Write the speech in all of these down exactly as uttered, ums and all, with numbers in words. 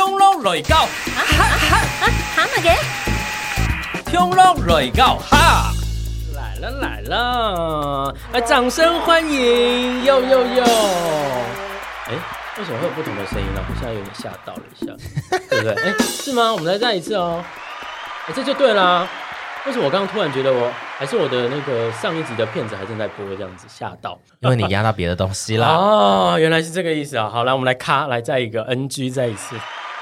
聽落來到啊啊啊啊蛤蟆嘅？ 聽落來到哈！來了來了，來掌聲歡迎！呦呦呦！哎，為什麼會有不同的聲音呢？我現在有點嚇到了一下，對不對？哎，是嗎？我們來再一次哦。哎，這就對啦。為什麼我剛剛突然覺得我還是我的那個上一集的片子還正在播，這樣子嚇到？ 因為你壓到別的東西啦。 哦，原來是這個意思啊！好，來我們來咔，來再一個 N G， 再一次。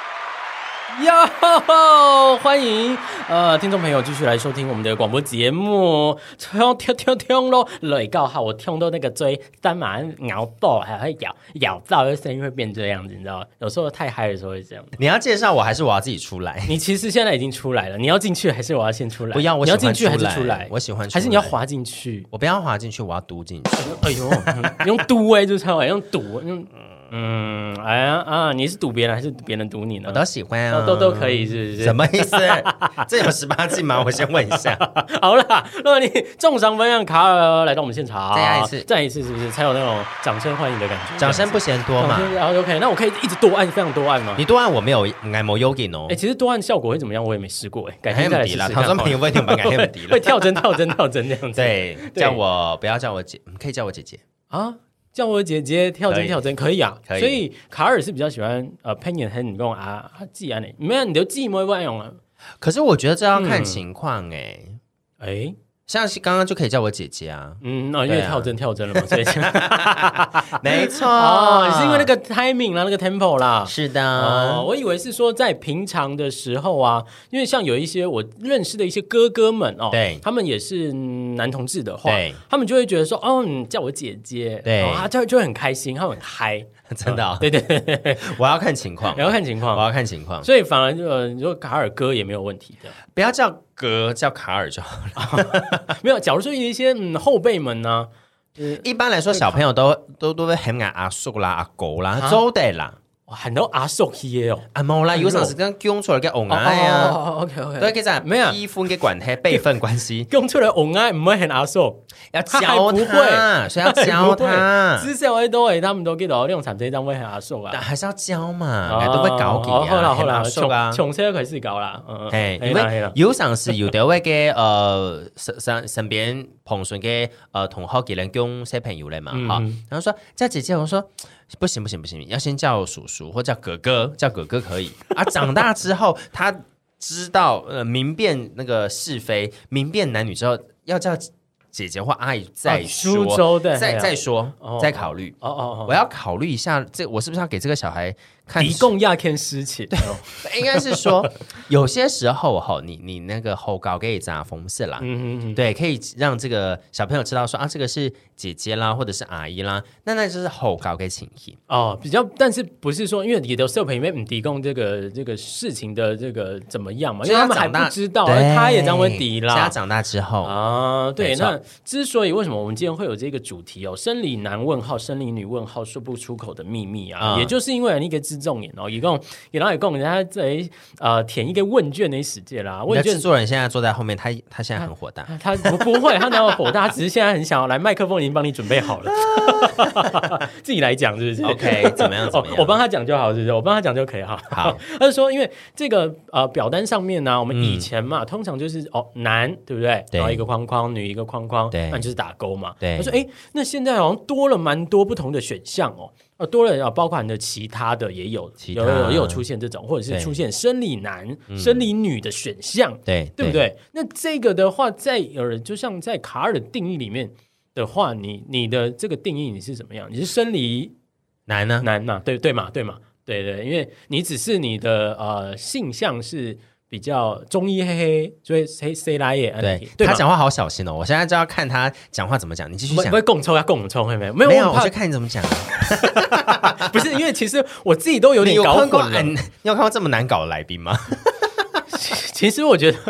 喲，歡迎呃聽眾朋友繼續來收聽我們的廣播節目。聽聽聽聽咯，來告哈，我聽到那個嘴單馬咬到，還會咬咬到，的聲音會變這樣子，你知道嗎？有時候太嗨的時候會這樣。 你要介紹我還是我要自己出來？ 你其實現在已經出來了，你要進去還是我要先出來？ 不要，我你要進去還是出來？ 我喜歡出來， 還是你要滑進去？ 我不要滑進去，我要讀進去。 哎呦，用讀哎，就是用讀用。嗯，哎呀啊，你是賭別人還是別人賭你呢？ 我都喜歡啊， 哦、都都可以，是不是？ 什麼意思？這有十八禁嗎？我先問一下。 好啦，如果你重賞分享卡爾來到我們現場， 再一次， 再一次，是不是才有那種掌聲歡迎的感覺？ 掌聲不嫌多嘛？ 然後 OK， 那我可以一直多按，非常多按嗎？ 你多按我沒有，我冇要緊哦。 哎，其實多按效果會怎麼樣？我也沒試過哎，改天再來試試看。 他說朋友問你們改天不敵了， 會跳針跳針跳針這樣子。 對，叫我不要叫我姐，可以叫我姐姐啊。叫我姐姐跳針跳針可以啊， 可以。 所以卡爾是比較喜歡呃噴眼黑，你跟我啊啊記啊你，沒有你就記沒辦用了。 可是我覺得這要看情況哎、 哎、嗯欸， 像是剛剛就可以叫我姐姐啊， 嗯，那、哦、因為跳針、啊、跳針了嘛，所以沒錯哦，是因為那個 timing 啦，那個 tempo 啦， 是的。 哦，我以為是說在平常的時候啊，因為像有一些我認識的一些哥哥們哦， 對， 他們也是男同志的話， 對， 他們就會覺得說，哦，你叫我姐姐， 對， 哦、他就就很開心，他很嗨。 真的、哦嗯，對對對， 我要看情況， 我要看情況， 我要看情況， 所以反而就你說卡爾哥也沒有問題的， 不要叫哥，叫卡爾就好了。 沒有，假如說有一些嗯後輩們呢、啊， 一般來說小朋友都都都會喊阿叔啦、阿狗啦、周代啦。 喊到阿叔嘢哦， 啊冇啦，有陣時咁講出來嘅戇愛啊 ，OK OK， 對，其實咩啊，批分嘅關係、輩分關係， 講出來戇愛唔會喊阿叔， 要教他，所以要教他。 至少喺都係，他們都記得用產這張會喊阿叔啊， 但還是要教嘛，都會搞嘅啊， 好啦好啦， 阿叔啊， 從車開始搞啦， 係，因為有陣時有啲位嘅誒身身身邊碰上嘅誒同學嘅人講小朋友咧嘛，哈，然後說叫姐姐，我說。不行不行不行，要先叫叔叔或叫哥哥，叫哥哥可以啊。長大之後，他知道呃明辨那個是非，明辨男女之後，要叫姐姐或阿姨再說， 哦、 再再說，哦、再考慮。 哦哦哦， 我要考慮一下，這我是不是要給這個小孩看？ 提供亞天師情？對， 應該是說有些時候哈，你你那個後搞給雜風是啦，嗯嗯嗯，對，可以讓這個小朋友知道說啊，這個是姐姐啦，或者是阿姨啦，那那就是後搞給情形哦，比較，但是不是說，因為你的小朋友唔提供這個這個事情的這個怎麼樣嘛？因為他們還不知道，他也將會提啦。 他長大之後啊，對，那之所以為什麼我們今天會有這個主題哦，生理男問號，生理女問號，說不出口的秘密啊，嗯、也就是因為你個自重眼哦，一共也然後一共人家在呃填一個問卷的世界啦，問卷製作人現在坐在後面，他他現在很火大， 他，他不不會，他哪有火大，他只是現在很想要來，麥克風已經幫你準備好了，自己來講是不是 ？OK，怎麼樣？怎麼樣？ 哦、我幫他講就好，是不是？我幫他講就可以哈。好，他就說，因為這個呃表單上面呢、啊，我們以前嘛，嗯、通常就是哦男對不對？對，然後一個框框，女一個框框，對，那就是打勾嘛。對，他說，哎，那現在好像多了蠻多不同的選項哦。呃，多了啊，包括你的其他的也有，有有也有出現這種，或者是出現生理男、生理女的選項，對對不對？那這個的話，在呃，就像在卡爾的定義裡面的話，你你的這個定義你是怎麼樣？你是生理男呢？ 男嘛，對對嘛，對嘛，對對，因為你只是你的呃性向是。比較中醫黑黑，所以誰誰來也對，對他講話好小心哦，我現在就要看他講話怎麼講，你繼續講。不會共抽要共抽，會沒有？沒有，沒有我就看你怎麼講。 不是，因為其實我自己都有點搞混了。 你有看過這麼難搞的來賓嗎？ 其實我覺得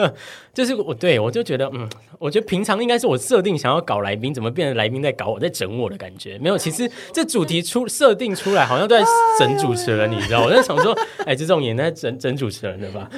就是我对我就觉得，嗯，我觉得平常应该是我设定想要搞来宾，怎么变成来宾在搞我，在整我的感觉？没有，其实这主题出设定出来，好像都在整主持人，你知道？我在想说，哎，这种也在整整主持人的吧？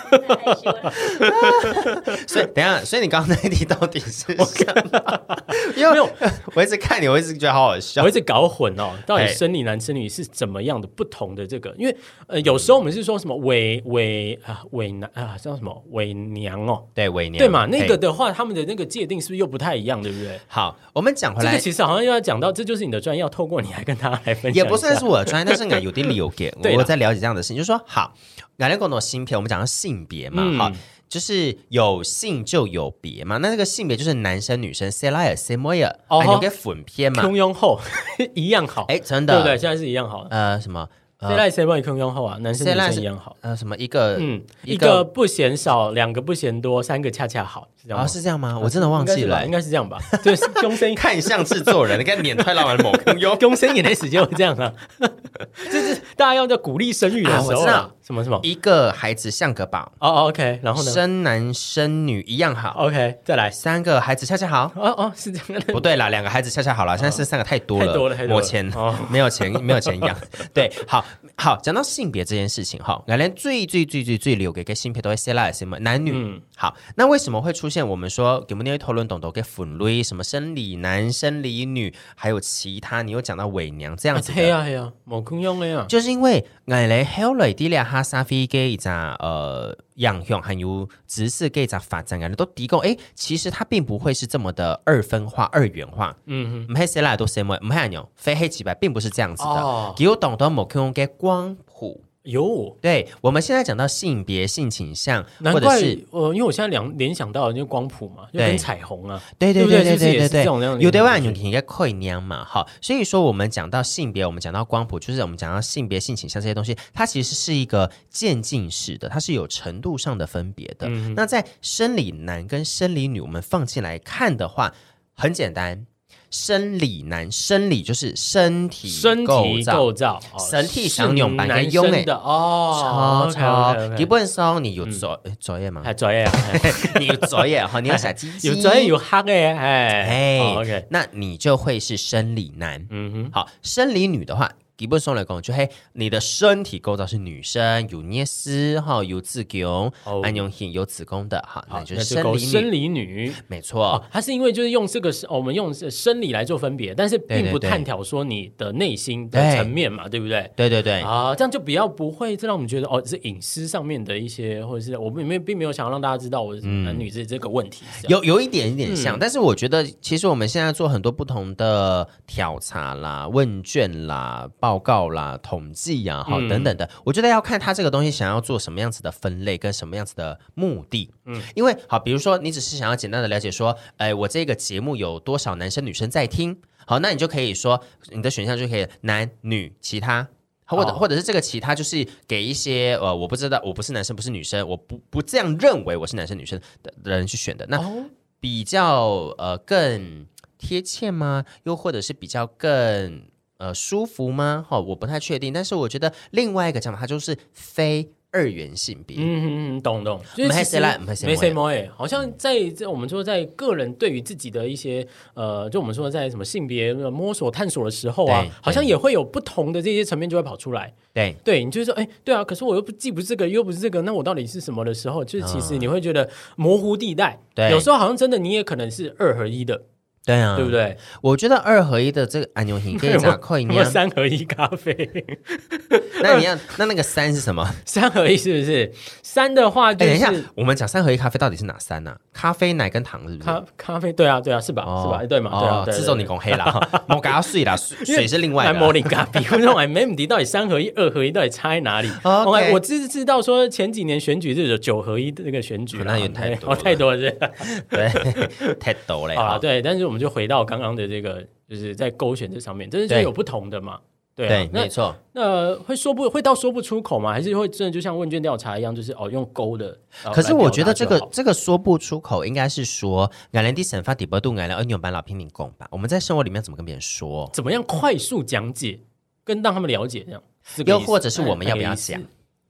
所以等一下，所以你刚刚那一题到底是什么？因为没有，我一直看你，我一直觉得好好笑， 我一直搞混哦，到底生理男生女是怎么样的不同的这个？因为呃，有时候我们是说什么伪伪啊伪男啊，叫什么伪娘哦， 对伪娘对嘛？那个的话，他们的那个界定是不是又不太一样，对不对？ 好，我们讲回来， 这个其实好像又要讲到，这就是你的专业，要透过你来跟大家来分享， 也不算是我的专业，但是我有点理解，我在了解这样的事情，就是说，好，来来讲到性别，我们讲到性别嘛，嗯、好。就是有性就有别嘛，那这个性别就是男生女生 ，say like say more， 哎，有个粉片嘛， 空用后一样好， 哎，真的， 对不对？现在是一样好， 呃，什么 say like say more 空用后啊，男生女生一样好， 呃，什么一个嗯，一个不嫌少，两个不嫌多，三个恰恰好，是这样吗？ 啊，是这样吗？我真的忘记了， 应该是这样吧？对，公生看相制作人，你看脸太老完某空用， 公生也的时间会这样啊，就是大家要在鼓励生育的时候啊。什么什么？ 一个孩子像个宝哦、oh, ，OK， 然后呢？ 生男生女一样好 ，OK， 再来三个孩子恰恰好。 哦哦，是这样的。 不对啦，两个孩子恰恰好了，现在是三个太多了， 太多了，太多了。 没钱，哦、没有钱，没有钱养。对，好好讲到性别这件事情哈，我连最最最最最留给个性别都会 say 啦，什么男女、嗯。好，那为什么会出现我们说给我们那些讨论懂得给分类什么生理男、生理女，还有其他，你又讲到伪娘这样子的。 对啊，对啊，冇空用的呀。 就是因为我哋後來啲咧哈沙飛嘅一扎呃樣向還有知識嘅一扎發展，都提供哎，其實它並不會是這麼的二分化、二元化。嗯哼，唔係誰來都誰麼，唔係樣非黑即白，並不是這樣子的。給我懂得某空嘅光譜。 有， 对，我们现在讲到性别、性倾向， 难怪或者是呃，因为我现在联联想到就光谱嘛，就跟彩虹啊， 对对对对对对对，有的话你应该会娘嘛，好，所以说我们讲到性别，我们讲到光谱，就是我们讲到性别、性倾向这些东西，它其实是一个渐进式的，它是有程度上的分别的。嗯、那在生理男跟生理女，我们放进来看的话，很简单。生理男，生理就是身体构造， 构造身體上用版嘅用嘅哦， 超超，基本上你有作作業嘛？ 係作業啊， 你有作業哈，你有小雞雞， 有作業有黑嘅，哎 ，OK，那你就會是生理男。嗯哼，好，生理女的話。基本上來講，就係你的身體構造是女生，有顳絲哈，有子宮，安用性有子宮的哈，那就是生理女。 生理女， 沒錯、 哦，它是因為就是用這個，我們用生理來做分別，但是並不探討說你的內心的層面嘛， 對, 對不對？ 對對對啊，這樣就比較不會讓我們覺得哦，是隱私上面的一些，或者是我們沒並沒有想要讓大家知道我男女這這個問題。 嗯、有有一點一點像、嗯，但是我覺得其實我們現在做很多不同的調查啦、問卷啦。報告啦、統計啊，好等等的、嗯，我覺得要看他這個東西想要做什麼樣子的分類跟什麼樣子的目的。嗯，因為好，比如說你只是想要簡單的了解說，哎，我這個節目有多少男生女生在聽，好，那你就可以說你的選項就可以男女其他，或者、哦、或者是這個其他就是給一些呃我不知道我不是男生不是女生我不不這樣認為我是男生女生的人去選的，那比較呃更貼切嗎？又或者是比較更呃，舒服嗎？哈、哦，我不太確定，但是我覺得另外一個講法，它就是非二元性別。 嗯嗯，懂懂。沒誰來，沒誰摸誒。好像在在我們說，在個人對於自己的一些呃，就我們說在什麼性別摸索探索的時候啊，好像也會有不同的這些層面就會跑出來。對，對你就是說，哎，對啊，可是我又不既不是這個，又不是這個，那我到底是什麼的時候，就是其實你會覺得模糊地帶。對，有時候好像真的你也可能是二合一的。 對啊， 對不對？ 我覺得二合一的這個安牛型可以咋扣一樣？ 三合一咖啡。 那你要那那個三是什麼？ 三合一是不是？三的話就是， 欸、等一下，我們講三合一咖啡到底是哪三呢、啊？咖啡、奶跟糖是不是？ 咖咖啡，對啊，對啊，是吧？哦、是吧？對嘛？對啊， 這種你講黑了哈，我給它水啦，水是另外的。 摩林咖啡，我說哎，沒問題，到底三合一、二合一到底差在哪裡？哦、okay ，我只知道說前幾年選舉是有九合一那個選舉， 那有太多， 哦，太多了是， 對，太多了啊，對，但是我們就回到剛剛的這個，就是在勾選這上面，這是就有不同的嘛。對、啊， 對，沒錯。 那會說不會到說不出口嗎？還是會真的就像問卷調查一樣，就是哦用勾的？ 可是我覺得這個這個說不出口，應該是說我們的生活底部度，我們恩用班老拼命講吧。我們在生活裡面怎麼跟別人說？ 怎麼樣快速講解，跟讓他們了解這樣？ 又或者是我們要不要講？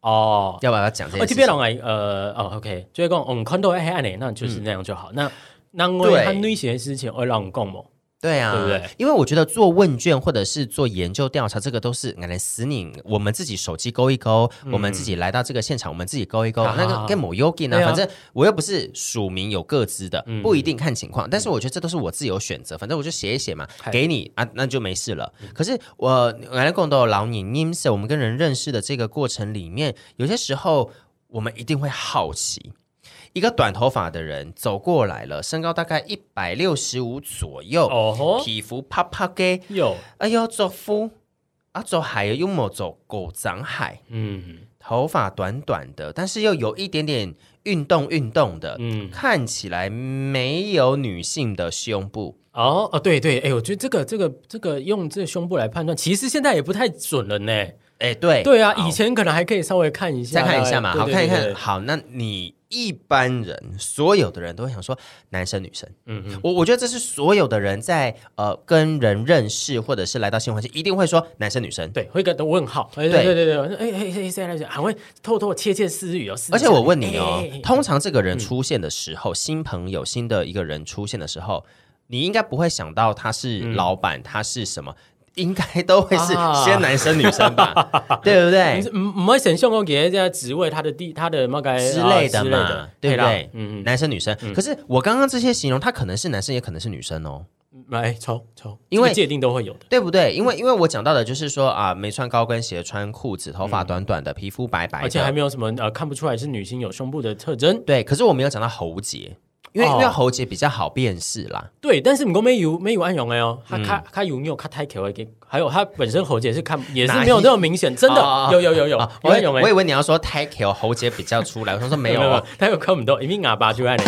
哦， 要不要讲这件事情？ 特别人来呃哦 ，OK， 就是讲嗯看到黑暗的，那就是那样就好。嗯、那那我很危险的事情会让我讲吗？ 对啊，对不对？因为我觉得做问卷或者是做研究调查，这个都是来死你，我们自己手机勾一勾，嗯、我们自己来到这个现场，我们自己勾一勾，啊、那个跟某 Yogi 呢，啊、反正我又不是署名有各自的，嗯、不一定看情况。但是我觉得这都是我自由选择，反正我就写一写嘛，嗯、给你啊，那就没事了。嗯、可是我来共都老你 n i m s 我们跟人认识的这个过程里面，有些时候我们一定会好奇。一个短头发的人走过来了，身高大概一百六十五左右，哦、皮肤啪啪嘅，有，哎呦，做夫啊，做海又冇做狗长海，嗯，头发短短的，但是又有一点点运动运动的，嗯，看起来没有女性的胸部。 哦哦，对对，哎，我觉得这个这个这个用这个胸部来判断，其实现在也不太准了呢。 哎，对对啊，以前可能还可以稍微看一下， 再看一下嘛，好看一看。好，那你一般人，所有的人都会想说，男生女生，嗯嗯，我我觉得这是所有的人在呃跟人认识或者是来到新环境，一定会说男生女生， 对，会跟问号，对对对对，哎哎哎，现在还会偷偷窃窃私语哦。 而且我问你哦，通常这个人出现的时候，新朋友新的一个人出现的时候，你应该不会想到他是老板，他是什么？应该都会是先男生女生吧，啊、对不对？ 唔会想象我给这职位，他的地，他的那个之类的嘛，啊、对不对？嗯，男生女生。嗯、可是我刚刚这些形容，他可能是男生，也可能是女生哦。 来抽抽， 因为界定都会有的， 对不对？因为因为我讲到的就是说啊，没穿高跟鞋，穿裤子，头发短短的，嗯、皮肤白白的， 而且还没有什么呃看不出来是女性有胸部的特征。 对，可是我没有讲到喉结。因为、哦、因为喉结比较好辨识啦， 对，但是唔讲没有没有暗用的哦，它它它有没有它太 Q 的，还有它本身喉结是看也是没有那么明显，真的、哦、有有有有，哦、有我, 我以为你要说太 Q 喉结比较出来，我说没有啊， 它有看不到，因为哑巴就在那里。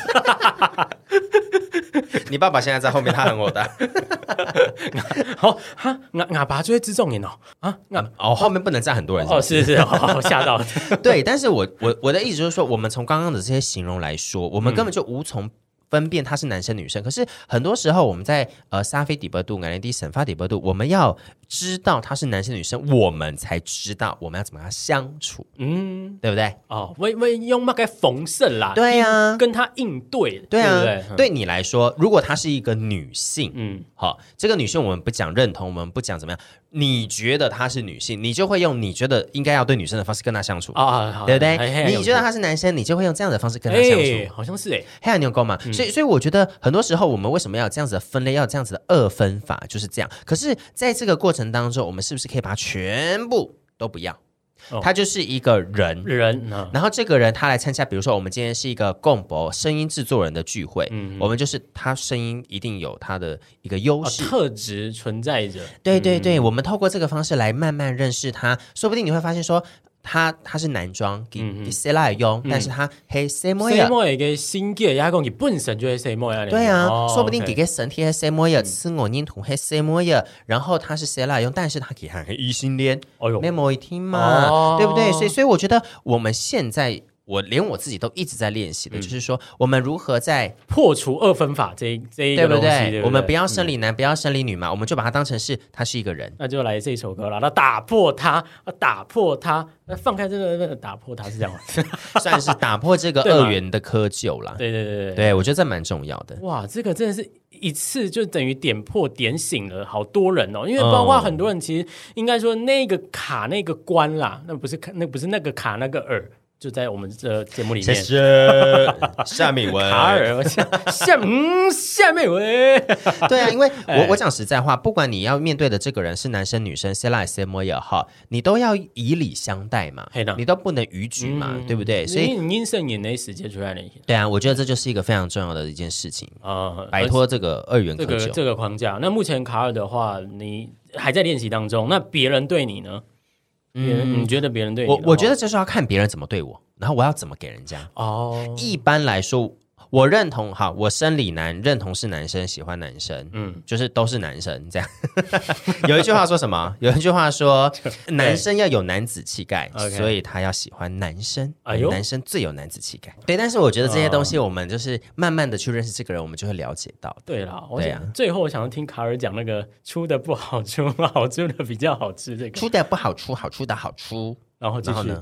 你爸爸现在在后面，他很我的。 好哈，哑哑巴就会知重人哦啊， 哦后面不能站很多人是哦，是是，哦吓到。 对，但是我我我的意思就是说，我们从刚刚的这些形容来说，我们根本就无从分辨他是男生女生。可是很多时候我们在呃沙菲底波度、安雷迪审发底波度，我们要知道他是男生女生，我们才知道我们要怎么样相处，嗯，对不对？ 哦，为为用那个缝线啦， 对呀、啊， 跟他应对， 对啊， 对不对？ 嗯、对你来说，如果她是一个女性，嗯，好，这个女性我们不讲认同，我们不讲怎么样。你觉得她是女性，你就会用你觉得应该要对女生的方式跟她相处啊，对不对？你觉得她是男生，你就会用这样的方式跟她相处， 好像是哎， 黑暗牛沟嘛。所以，所以我觉得很多时候我们为什么要有这样子的分类，要有这样子的二分法，就是这样。可是，在这个过程当中，我们是不是可以把它全部都不要？哦、他就是一个人， 人、啊， 然后这个人他来参加，比如说我们今天是一个共博声音制作人的聚会，嗯、我们就是他声音一定有他的一个优势、 哦、特质存在着。 对对对、嗯，我们透过这个方式来慢慢认识他，说不定你会发现说。他他是男装给给谁来用，但是他黑什么呀？ 什么一个新嘅，也讲你本身就系什么呀？ 对啊， 哦、 说不定给个身体黑什么呀，吃我黏土黑什么呀，然后他是谁来用，但是他给他黑异性恋，哦哟，那么一听嘛，哦、对不对？所以所以我觉得我们现在。我连我自己都一直在练习的、嗯，就是说我们如何在破除二分法这一这一个东西，对不对？对不对？ 我们不要生理男，嗯、不要生理女嘛，我们就把它当成是他是一个人。 那就来这首歌了，那打破它，打破它，那放开这个，打破它是这样吗？ 算是打破这个二元的窠臼啦。 对对对对， 对我觉得这蛮重要的。 哇，这个真的是一次就等于点破点醒了好多人哦，因为包括很多人其实应该说那个卡那个关啦，那不是那不是那个卡那个耳。就在我们这节目里面， 谢谢夏美文， 卡尔夏夏嗯夏美文， 对啊，因为我我讲实在话，不管你要面对的这个人是男生女生，谁来谁么也好，你都要以礼相待嘛，你都不能逾矩嘛，嗯、对不对？所以你因生眼内时间出来了， 对啊，我觉得这就是一个非常重要的一件事情啊、呃，摆脱这个二元窠臼、 这个这个框架。那目前卡尔的话，你还在练习当中，那别人对你呢？嗯，你觉得别人对你？ 我我觉得就是要看别人怎么对我，然后我要怎么给人家。哦，一般来说，我认同哈，我生理男认同是男生，喜欢男生，嗯，就是都是男生这样。有一句话说什么？有一句话说，男生要有男子气概，所以他要喜欢男生。哎呦，男生最有男子气概。对，但是我觉得这些东西，我们就是慢慢的去认识这个人，我们就会了解到。 对啦，对啊。最后我想要听卡尔讲那个出的不好出，好出的比较好吃。这个出的不好出，好出的好出。 然后继续，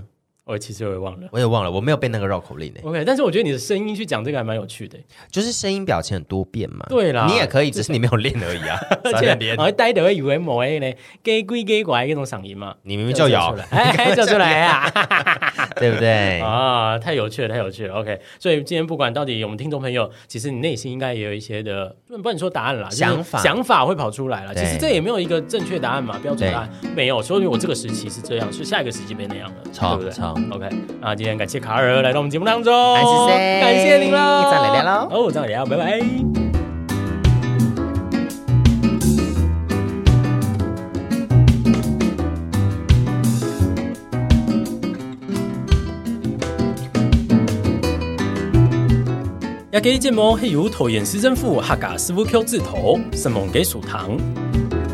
我其实我也忘了， 我也忘了，我没有背那个绕口令诶。 OK， 但是我觉得你的声音去讲这个还蛮有趣的， 就是声音表情很多变嘛。 对啦， 你也可以，只是你没有练而已啊。 而且我呆的会以为某 A 呢，给鬼给怪那种嗓音嘛， 你明明就有， 哎，叫出来啊， 对不对？ 啊，太有趣了，太有趣了。OK， 所以今天不管到底我们听众朋友，其实你内心应该也有一些的，不能说答案啦， 想法想法会跑出来了。其实这也没有一个正确答案嘛，标准答案没有。所以我这个时期是这样，是下一个时期变那样的，对不对 ？OK， 那今天感谢卡尔来到我们节目当中，感谢您喽， 再来聊喽， 哦，再来聊，拜拜。也给节目係由桃園市政府客家事務局指導，新聞給屬堂。